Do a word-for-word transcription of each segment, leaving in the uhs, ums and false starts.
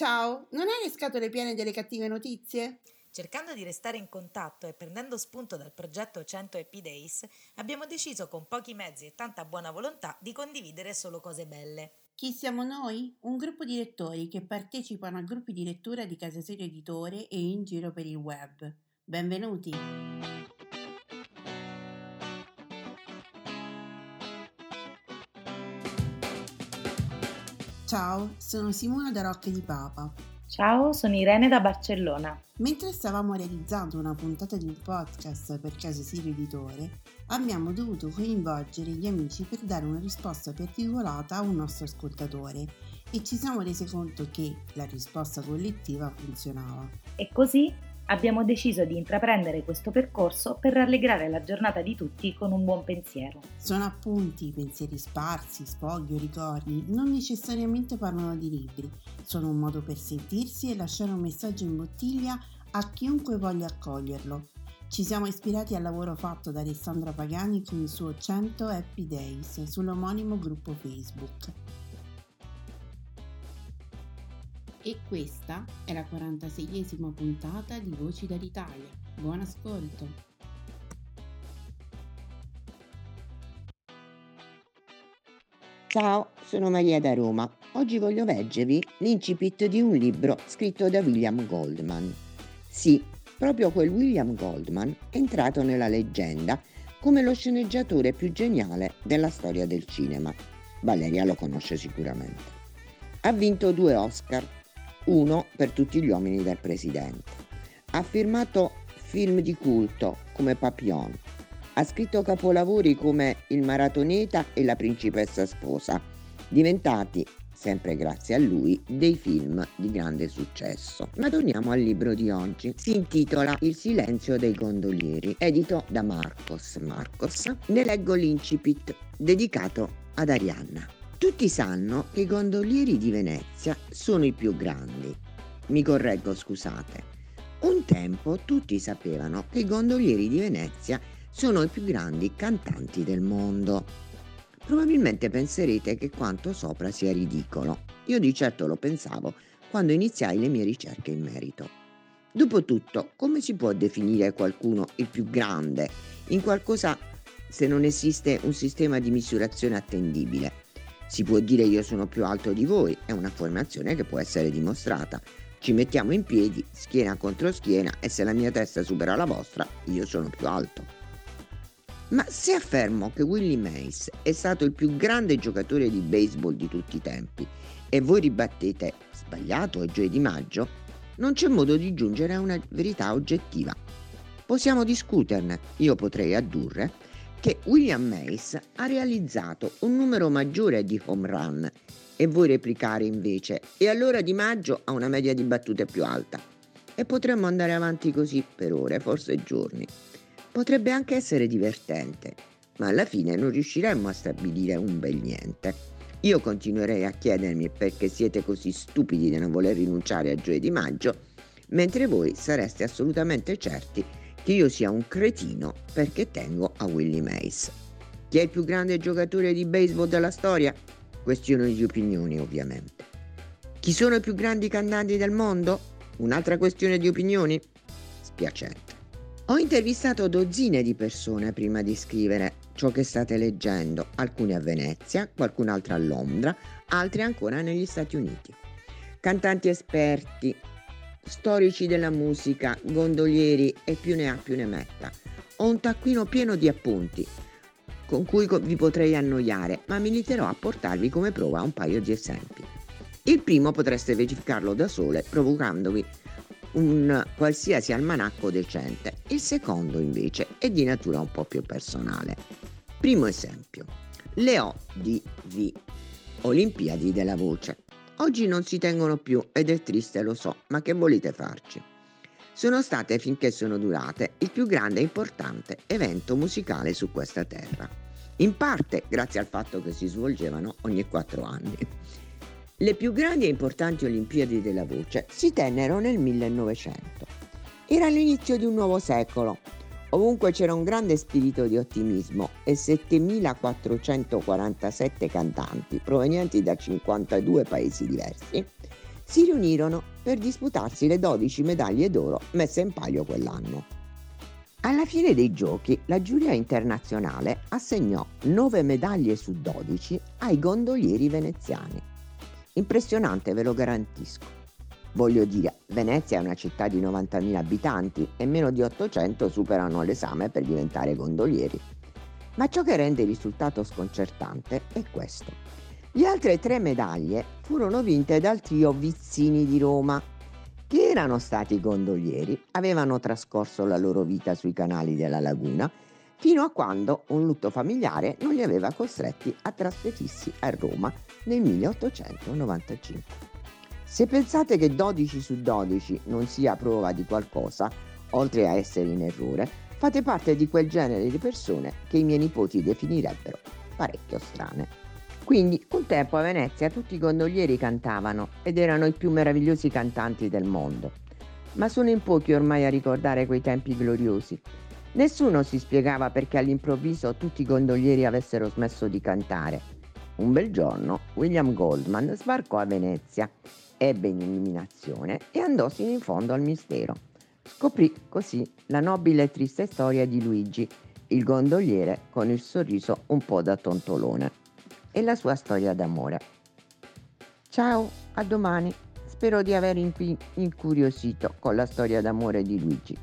Ciao, non hai le scatole piene delle cattive notizie? Cercando di restare in contatto e prendendo spunto dal progetto cento Happy Days, abbiamo deciso con pochi mezzi e tanta buona volontà di condividere solo cose belle. Chi siamo noi? Un gruppo di lettori che partecipano a gruppi di lettura di Casa Serio Editore e in giro per il web. Benvenuti! Ciao, sono Simona da Rocche di Papa. Ciao, sono Irene da Barcellona. Mentre stavamo realizzando una puntata di un podcast per Casa Serio Editore, abbiamo dovuto coinvolgere gli amici per dare una risposta particolata a un nostro ascoltatore e ci siamo resi conto che la risposta collettiva funzionava. E così abbiamo deciso di intraprendere questo percorso per rallegrare la giornata di tutti con un buon pensiero. Sono appunti, pensieri sparsi, sfoghi o ricordi, non necessariamente parlano di libri, sono un modo per sentirsi e lasciare un messaggio in bottiglia a chiunque voglia accoglierlo. Ci siamo ispirati al lavoro fatto da Alessandra Pagani con il suo cento Happy Days sull'omonimo gruppo Facebook. E questa è la quarantaseiesima puntata di Voci dall'Italia. Buon ascolto! Ciao, sono Maria da Roma. Oggi voglio leggervi l'incipit di un libro scritto da William Goldman. Sì, proprio quel William Goldman è entrato nella leggenda come lo sceneggiatore più geniale della storia del cinema. Valeria lo conosce sicuramente. Ha vinto due Oscar, uno per Tutti gli uomini del presidente. Ha firmato film di culto come Papillon. Ha scritto capolavori come Il maratoneta e La principessa sposa, diventati, sempre grazie a lui, dei film di grande successo. Ma torniamo al libro di oggi. Si intitola Il silenzio dei gondolieri, edito da Marcos Marcos. Ne leggo l'incipit, dedicato ad Arianna. Tutti sanno che i gondolieri di Venezia sono i più grandi. Mi correggo, scusate. Un tempo tutti sapevano che i gondolieri di Venezia sono i più grandi cantanti del mondo. Probabilmente penserete che quanto sopra sia ridicolo. Io di certo lo pensavo quando iniziai le mie ricerche in merito. Dopotutto, come si può definire qualcuno il più grande in qualcosa se non esiste un sistema di misurazione attendibile? Si può dire io sono più alto di voi, è un'affermazione che può essere dimostrata. Ci mettiamo in piedi, schiena contro schiena, e se la mia testa supera la vostra, io sono più alto. Ma se affermo che Willie Mays è stato il più grande giocatore di baseball di tutti i tempi e voi ribattete sbagliato, è Joe DiMaggio, non c'è modo di giungere a una verità oggettiva. Possiamo discuterne, io potrei addurre che William Mays ha realizzato un numero maggiore di home run e voi replicare invece e allora DiMaggio ha una media di battute più alta. E potremmo andare avanti così per ore, forse giorni. Potrebbe anche essere divertente, ma alla fine non riusciremmo a stabilire un bel niente. Io continuerei a chiedermi perché siete così stupidi da non voler rinunciare a Joe DiMaggio, mentre voi sareste assolutamente certi che io sia un cretino perché tengo a Willie Mays. Chi è il più grande giocatore di baseball della storia? Questione di opinioni, ovviamente. Chi sono i più grandi cantanti del mondo? Un'altra questione di opinioni? Spiacente. Ho intervistato dozzine di persone prima di scrivere ciò che state leggendo, alcune a Venezia, qualcun'altra a Londra, altre ancora negli Stati Uniti. Cantanti esperti, storici della musica, gondolieri e più ne ha più ne metta. Ho un taccuino pieno di appunti con cui vi potrei annoiare, ma mi limiterò a portarvi come prova un paio di esempi. Il primo potreste verificarlo da sole provocandovi un qualsiasi almanacco decente. Il secondo invece è di natura un po' più personale. Primo esempio, le O D V, Olimpiadi della Voce. Oggi non si tengono più ed è triste, lo so, ma che volete farci? Sono state, finché sono durate, il più grande e importante evento musicale su questa terra. In parte grazie al fatto che si svolgevano ogni quattro anni. Le più grandi e importanti Olimpiadi della Voce si tennero nel millenovecento. Era l'inizio di un nuovo secolo. Ovunque c'era un grande spirito di ottimismo e settemilaquattrocentoquarantasette cantanti provenienti da cinquantadue paesi diversi si riunirono per disputarsi le dodici medaglie d'oro messe in palio quell'anno. Alla fine dei giochi la giuria internazionale assegnò nove medaglie su dodici ai gondolieri veneziani. Impressionante, ve lo garantisco. Voglio dire, Venezia è una città di novantamila abitanti e meno di ottocento superano l'esame per diventare gondolieri. Ma ciò che rende il risultato sconcertante è questo. Le altre tre medaglie furono vinte dal trio Vizzini di Roma, che erano stati gondolieri, avevano trascorso la loro vita sui canali della laguna, fino a quando un lutto familiare non li aveva costretti a trasferirsi a Roma nel milleottocentonovantacinque. Se pensate che dodici su dodici non sia prova di qualcosa, oltre a essere in errore, fate parte di quel genere di persone che i miei nipoti definirebbero parecchio strane. Quindi, un tempo a Venezia tutti i gondolieri cantavano ed erano i più meravigliosi cantanti del mondo. Ma sono in pochi ormai a ricordare quei tempi gloriosi. Nessuno si spiegava perché all'improvviso tutti i gondolieri avessero smesso di cantare. Un bel giorno William Goldman sbarcò a Venezia, ebbe un'illuminazione e andò sino in fondo al mistero. Scoprì così la nobile e triste storia di Luigi, il gondoliere con il sorriso un po' da tontolone, e la sua storia d'amore. Ciao, a domani. Spero di aver inqui- incuriosito con la storia d'amore di Luigi.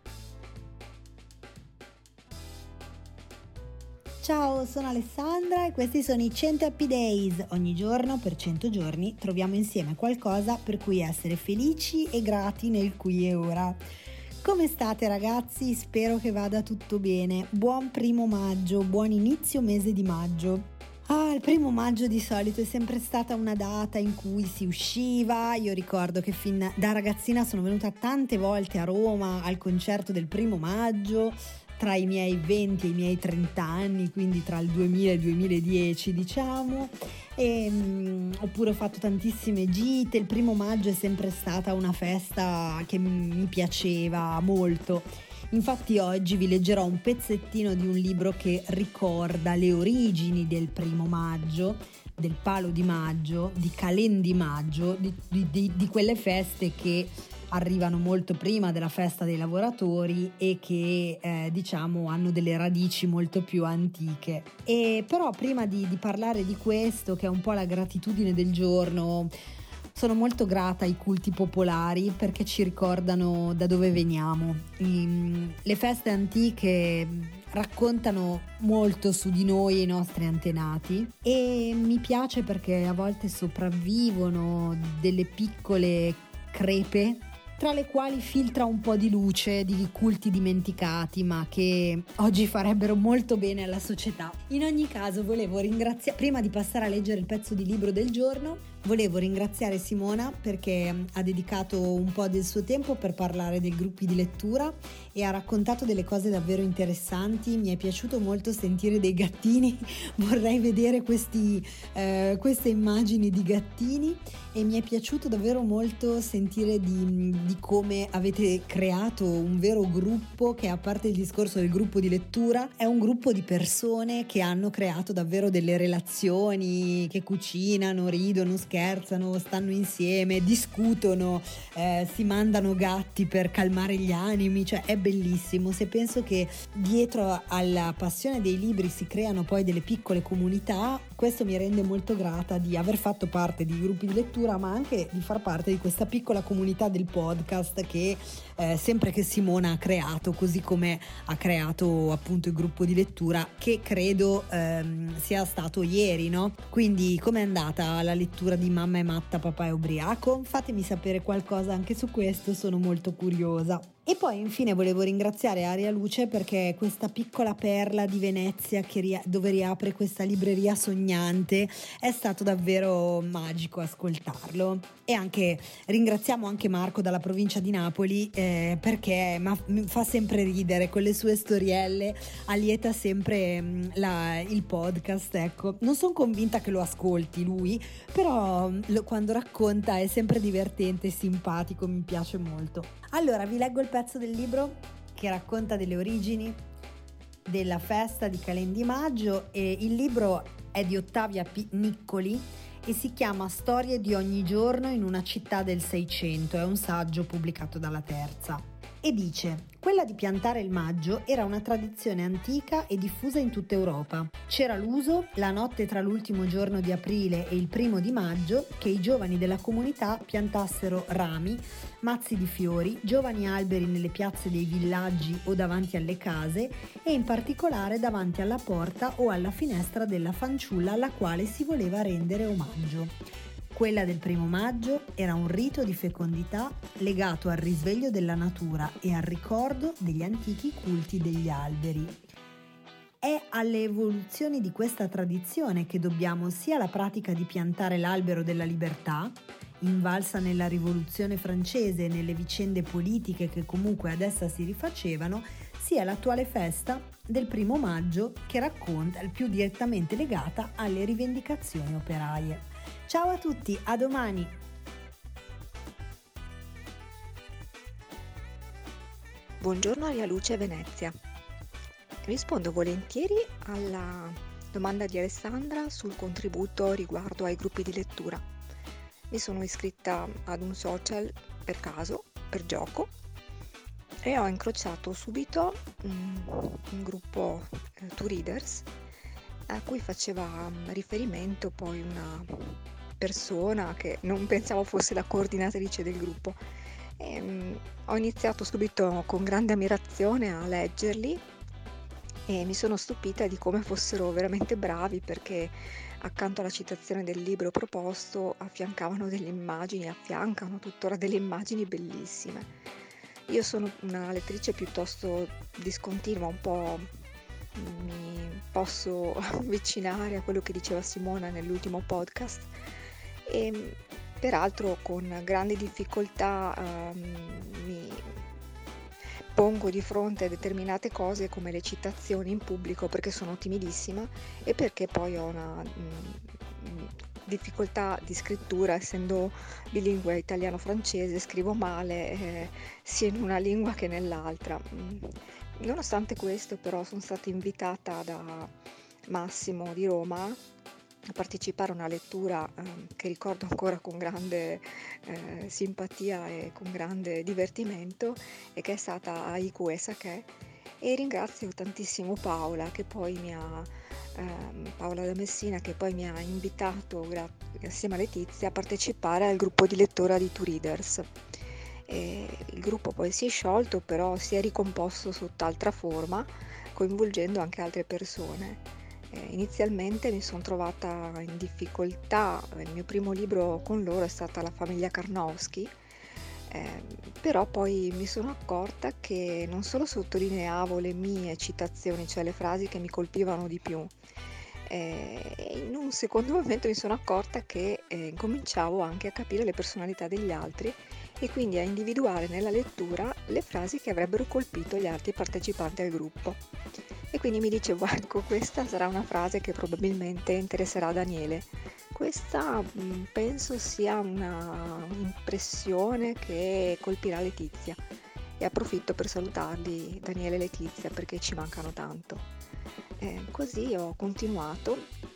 Ciao, sono Alessandra e questi sono i cento Happy Days. Ogni giorno per cento giorni troviamo insieme qualcosa per cui essere felici e grati nel qui e ora. Come state ragazzi? Spero che vada tutto bene. Buon primo maggio, buon inizio mese di maggio. Ah, il primo maggio di solito è sempre stata una data in cui si usciva. Io ricordo che fin da ragazzina sono venuta tante volte a Roma al concerto del primo maggio, tra i miei venti e i miei trenta anni, quindi tra il duemila e il duemiladieci diciamo, e, um, oppure ho fatto tantissime gite. Il primo maggio è sempre stata una festa che mi piaceva molto. Infatti oggi vi leggerò un pezzettino di un libro che ricorda le origini del primo maggio, del palo di maggio, di Calendi Maggio, di, di, di quelle feste che arrivano molto prima della festa dei lavoratori e che eh, diciamo hanno delle radici molto più antiche. E però prima di, di parlare di questo, che è un po' la gratitudine del giorno, sono molto grata ai culti popolari perché ci ricordano da dove veniamo. I, le feste antiche raccontano molto su di noi e i nostri antenati, e mi piace perché a volte sopravvivono delle piccole crepe tra le quali filtra un po' di luce di culti dimenticati, ma che oggi farebbero molto bene alla società. In ogni caso volevo ringraziare, prima di passare a leggere il pezzo di libro del giorno, volevo ringraziare Simona perché ha dedicato un po' del suo tempo per parlare dei gruppi di lettura e ha raccontato delle cose davvero interessanti. Mi è piaciuto molto sentire dei gattini, vorrei vedere questi, eh, queste immagini di gattini, e mi è piaciuto davvero molto sentire di, di come avete creato un vero gruppo che, a parte il discorso del gruppo di lettura, è un gruppo di persone che hanno creato davvero delle relazioni, che cucinano, ridono, scherzano, stanno insieme, discutono, eh, si mandano gatti per calmare gli animi. Cioè è bellissimo. Se penso che dietro alla passione dei libri si creano poi delle piccole comunità, questo mi rende molto grata di aver fatto parte di gruppi di lettura, ma anche di far parte di questa piccola comunità del podcast che eh, sempre che Simona ha creato, così come ha creato appunto il gruppo di lettura, che credo ehm, sia stato ieri, no? Quindi com'è andata la lettura di Mamma è matta, papà è ubriaco? Fatemi sapere qualcosa anche su questo, sono molto curiosa. E poi infine volevo ringraziare Aria Luce perché questa piccola perla di Venezia che ria- dove riapre questa libreria sognante, è stato davvero magico ascoltarlo. E anche ringraziamo anche Marco dalla provincia di Napoli eh, perché ma, mi fa sempre ridere con le sue storielle, allieta sempre mh, la, il podcast. Ecco, non sono convinta che lo ascolti lui, però lo, quando racconta è sempre divertente e simpatico, mi piace molto. Allora vi leggo il pezzo del libro che racconta delle origini della festa di Calendi Maggio, e il libro è di Ottavia P. Niccoli e si chiama Storie di ogni giorno in una città del Seicento, è un saggio pubblicato dalla Terza. E dice: quella di piantare il maggio era una tradizione antica e diffusa in tutta Europa. C'era l'uso, la notte tra l'ultimo giorno di aprile e il primo di maggio, che i giovani della comunità piantassero rami, mazzi di fiori, giovani alberi nelle piazze dei villaggi o davanti alle case e in particolare davanti alla porta o alla finestra della fanciulla alla quale si voleva rendere omaggio. Quella del primo maggio era un rito di fecondità legato al risveglio della natura e al ricordo degli antichi culti degli alberi. È alle evoluzioni di questa tradizione che dobbiamo sia la pratica di piantare l'albero della libertà, invalsa nella Rivoluzione francese e nelle vicende politiche che comunque ad essa si rifacevano, sia l'attuale festa del primo maggio che racconta il più direttamente legata alle rivendicazioni operaie. Ciao a tutti, a domani! Buongiorno Aria Luce Venezia. Rispondo volentieri alla domanda di Alessandra sul contributo riguardo ai gruppi di lettura. Mi sono iscritta ad un social per caso, per gioco, e ho incrociato subito un, un gruppo eh, To Readers a cui faceva riferimento poi una persona che non pensavo fosse la coordinatrice del gruppo. E, um, ho iniziato subito con grande ammirazione a leggerli e mi sono stupita di come fossero veramente bravi, perché accanto alla citazione del libro proposto affiancavano delle immagini, affiancano tuttora delle immagini bellissime. Io sono una lettrice piuttosto discontinua, un po' mi posso avvicinare a quello che diceva Simona nell'ultimo podcast, e peraltro con grandi difficoltà um, mi pongo di fronte a determinate cose come le citazioni in pubblico, perché sono timidissima e perché poi ho una mh, difficoltà di scrittura, essendo bilingue italiano-francese, scrivo male eh, sia in una lingua che nell'altra. Nonostante questo, però, sono stata invitata da Massimo di Roma a partecipare a una lettura eh, che ricordo ancora con grande eh, simpatia e con grande divertimento, e che è stata Haiku e Sake, e ringrazio tantissimo Paola che poi mi ha ehm, Paola da Messina che poi mi ha invitato gra- assieme a Letizia a partecipare al gruppo di lettura di To Readers. E il gruppo poi si è sciolto, però si è ricomposto sotto altra forma, coinvolgendo anche altre persone. Eh, inizialmente mi sono trovata in difficoltà, il mio primo libro con loro è stata La famiglia Karnowski, eh, però poi mi sono accorta che non solo sottolineavo le mie citazioni, cioè le frasi che mi colpivano di più, eh, e in un secondo momento mi sono accorta che eh, cominciavo anche a capire le personalità degli altri e quindi a individuare nella lettura le frasi che avrebbero colpito gli altri partecipanti al gruppo. E quindi mi dicevo, ecco, questa sarà una frase che probabilmente interesserà a Daniele. Questa mh, penso sia una impressione che colpirà Letizia. E approfitto per salutarli, Daniele e Letizia, perché ci mancano tanto. Eh, così ho continuato,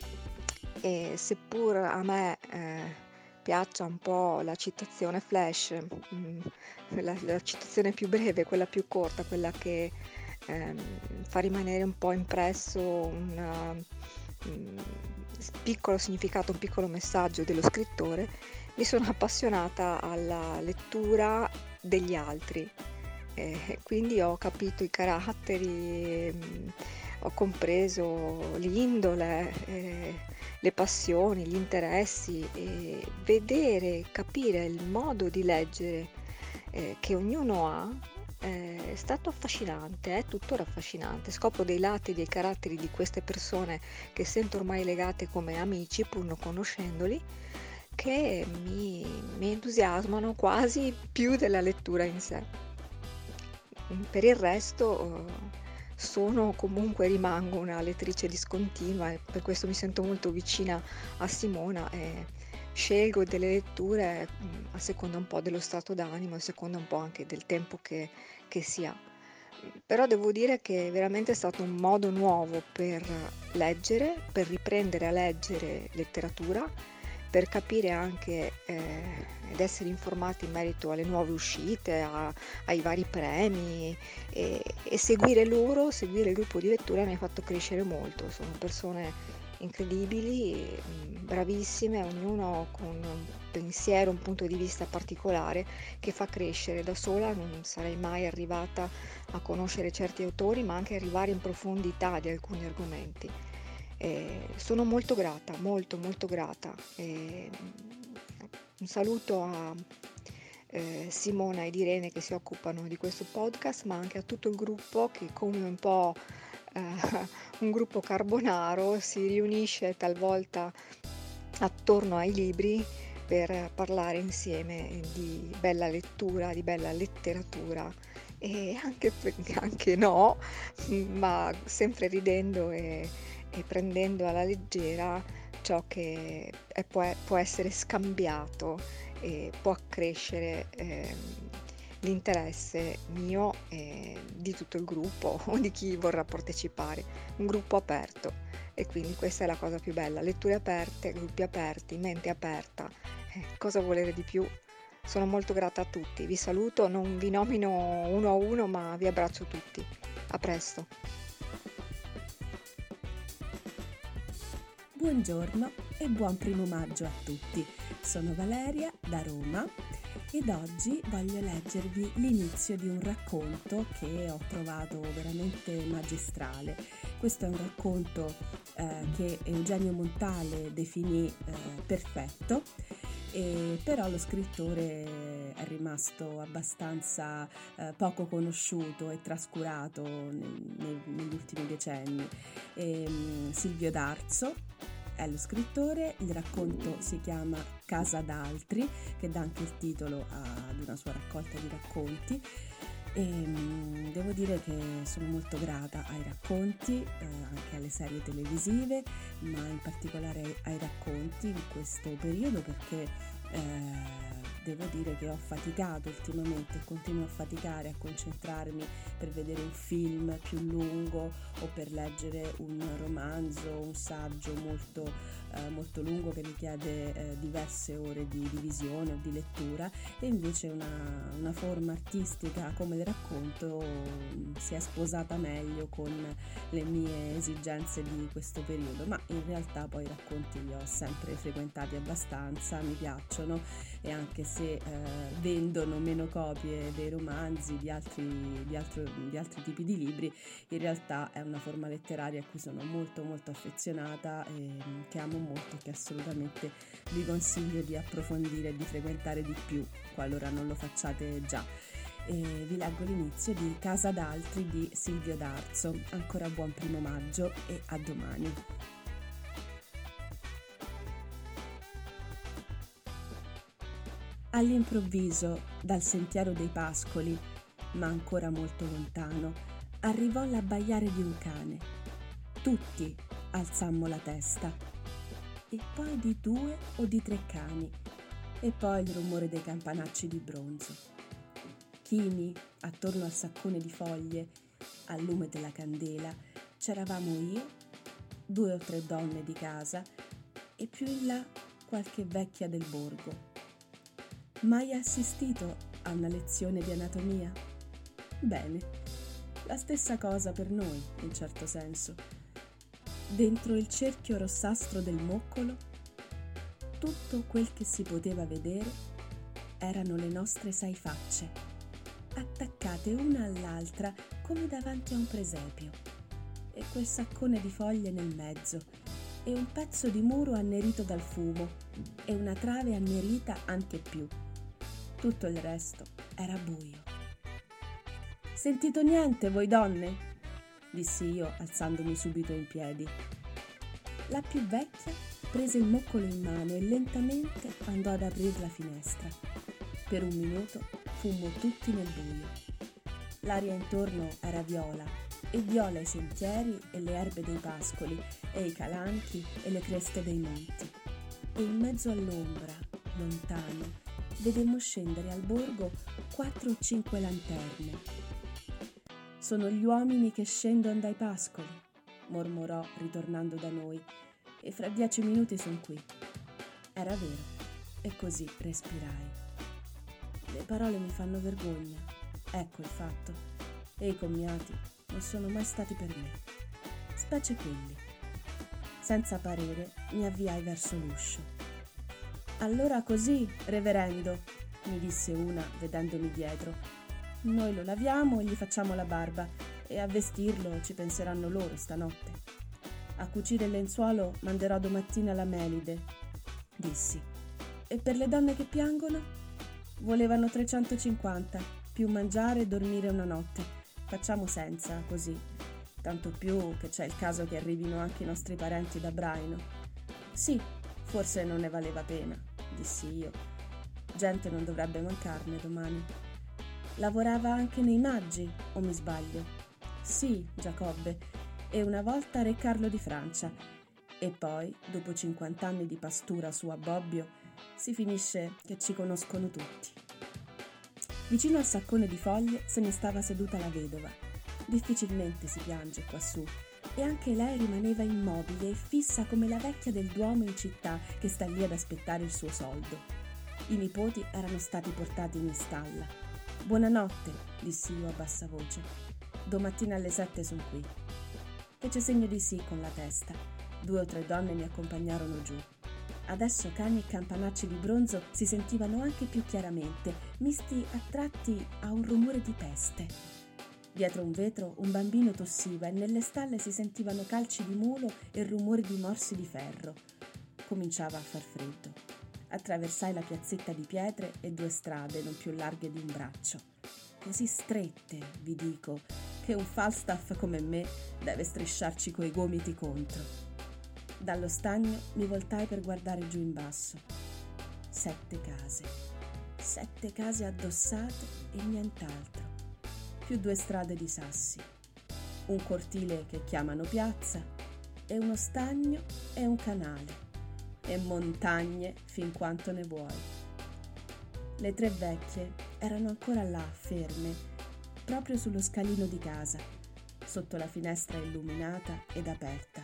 e seppur a me eh, piaccia un po' la citazione flash, mh, la, la citazione più breve, quella più corta, quella che Ehm, fa rimanere un po' impresso un um, piccolo significato, un piccolo messaggio dello scrittore, mi sono appassionata alla lettura degli altri, eh, quindi ho capito i caratteri, ehm, ho compreso l'indole, eh, le passioni, gli interessi, e vedere, capire il modo di leggere eh, che ognuno ha è stato affascinante, è tuttora affascinante. Scopro dei lati, dei caratteri di queste persone che sento ormai legate come amici, pur non conoscendoli, che mi, mi entusiasmano quasi più della lettura in sé. Per il resto sono comunque, rimango una lettrice discontinua, e per questo mi sento molto vicina a Simona e scelgo delle letture a seconda un po' dello stato d'animo, a seconda un po' anche del tempo che, che si ha. Però devo dire che è veramente stato un modo nuovo per leggere, per riprendere a leggere letteratura, per capire anche eh, ed essere informati in merito alle nuove uscite, a, ai vari premi e, e seguire loro, seguire il gruppo di lettura mi ha fatto crescere molto. Sono persone incredibili, bravissime, ognuno con un pensiero, un punto di vista particolare che fa crescere. Da sola non sarei mai arrivata a conoscere certi autori, ma anche arrivare in profondità di alcuni argomenti. Eh, sono molto grata, molto molto grata. Eh, un saluto a eh, Simona ed Irene che si occupano di questo podcast, ma anche a tutto il gruppo che, come un po' un gruppo carbonaro, si riunisce talvolta attorno ai libri per parlare insieme di bella lettura, di bella letteratura e anche, anche no, ma sempre ridendo e, e prendendo alla leggera ciò che è, può, può essere scambiato e può accrescere eh, l'interesse mio e di tutto il gruppo o di chi vorrà partecipare, un gruppo aperto, e quindi questa è la cosa più bella: letture aperte, gruppi aperti, mente aperta, eh, cosa volere di più? Sono molto grata a tutti, vi saluto, non vi nomino uno a uno ma vi abbraccio tutti, a presto. Buongiorno e buon primo maggio a tutti, sono Valeria da Roma ed oggi voglio leggervi l'inizio di un racconto che ho trovato veramente magistrale. Questo è un racconto eh, che Eugenio Montale definì eh, perfetto, e però lo scrittore è rimasto abbastanza eh, poco conosciuto e trascurato nei, nei, negli ultimi decenni. E, um, Silvio D'Arzo è lo scrittore, il racconto si chiama Casa d'altri, che dà anche il titolo ad una sua raccolta di racconti, e um, devo dire che sono molto grata ai racconti, eh, anche alle serie televisive, ma in particolare ai, ai racconti in questo periodo, perché eh, devo dire che ho faticato ultimamente e continuo a faticare a concentrarmi per vedere un film più lungo o per leggere un romanzo, un saggio molto, eh, molto lungo che richiede eh, diverse ore di, di visione o di lettura, e invece una, una forma artistica come il racconto si è sposata meglio con le mie esigenze di questo periodo. Ma in realtà poi i racconti li ho sempre frequentati abbastanza, mi piacciono, e anche se eh, vendono meno copie dei romanzi, di altri, di, altro, di altri tipi di libri, in realtà è una forma letteraria a cui sono molto molto affezionata e che amo molto, e che assolutamente vi consiglio di approfondire e di frequentare di più qualora non lo facciate già. E vi leggo l'inizio di Casa d'altri di Silvio D'Arzo. Ancora buon primo maggio e a domani. All'improvviso, dal sentiero dei pascoli, ma ancora molto lontano, arrivò l'abbaiare di un cane. Tutti alzammo la testa, e poi di due o di tre cani, e poi il rumore dei campanacci di bronzo. Chini, attorno al saccone di foglie, al lume della candela, c'eravamo io, due o tre donne di casa, e più in là qualche vecchia del borgo. Mai assistito a una lezione di anatomia? Bene, la stessa cosa per noi, in certo senso. Dentro il cerchio rossastro del moccolo, tutto quel che si poteva vedere erano le nostre sei facce, attaccate una all'altra come davanti a un presepio, e quel saccone di foglie nel mezzo, e un pezzo di muro annerito dal fumo, e una trave annerita anche più. Tutto il resto era buio. «Sentito niente, voi donne?» dissi io, alzandomi subito in piedi. La più vecchia prese il moccolo in mano e lentamente andò ad aprire la finestra. Per un minuto fummo tutti nel buio. L'aria intorno era viola, e viola i sentieri e le erbe dei pascoli, e i calanchi e le creste dei monti. E in mezzo all'ombra, lontano, vedemmo scendere al borgo quattro o cinque lanterne. «Sono gli uomini che scendono dai pascoli», mormorò ritornando da noi, «e fra dieci minuti son qui». Era vero, e così respirai. Le parole mi fanno vergogna, ecco il fatto, e i commiati non sono mai stati per me, specie quelli. Senza parere mi avviai verso l'uscio. Allora così, reverendo, mi disse una vedendomi dietro, noi lo laviamo e gli facciamo la barba e a vestirlo ci penseranno loro stanotte. A cucire il lenzuolo manderò domattina la Melide, dissi. E per le donne che piangono? Volevano trecentocinquanta, più mangiare e dormire una notte. Facciamo senza, così. Tanto più che c'è il caso che arrivino anche i nostri parenti da Braino. Sì, forse non ne valeva pena, dissi io. Gente non dovrebbe mancarne domani. Lavorava anche nei Maggi, o mi sbaglio? Sì, Giacobbe, e una volta re Carlo di Francia. E poi, dopo cinquant'anni di pastura su a Bobbio, si finisce che ci conoscono tutti. Vicino al saccone di foglie se ne stava seduta la vedova. Difficilmente si piange quassù, e anche lei rimaneva immobile e fissa come la vecchia del Duomo in città che sta lì ad aspettare il suo soldo. I nipoti erano stati portati in stalla. Buonanotte, dissi io a bassa voce. Domattina alle sette son qui. Fece segno di sì con la testa. Due o tre donne mi accompagnarono giù. Adesso cani e campanacci di bronzo si sentivano anche più chiaramente, misti a tratti a un rumore di peste. Dietro un vetro un bambino tossiva e nelle stalle si sentivano calci di mulo e rumori di morsi di ferro. Cominciava a far freddo. Attraversai la piazzetta di pietre e due strade non più larghe di un braccio. Così strette, vi dico, che un Falstaff come me deve strisciarci coi gomiti contro. Dallo stagno mi voltai per guardare giù in basso. Sette case. Sette case addossate e nient'altro. Più due strade di sassi. Un cortile che chiamano piazza e uno stagno e un canale. E montagne fin quanto ne vuoi. Le tre vecchie erano ancora là, ferme, proprio sullo scalino di casa, sotto la finestra illuminata ed aperta.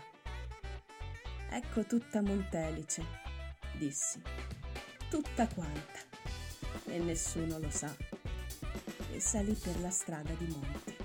Ecco tutta Montelice, dissi, tutta quanta, e nessuno lo sa. E salì per la strada di monte.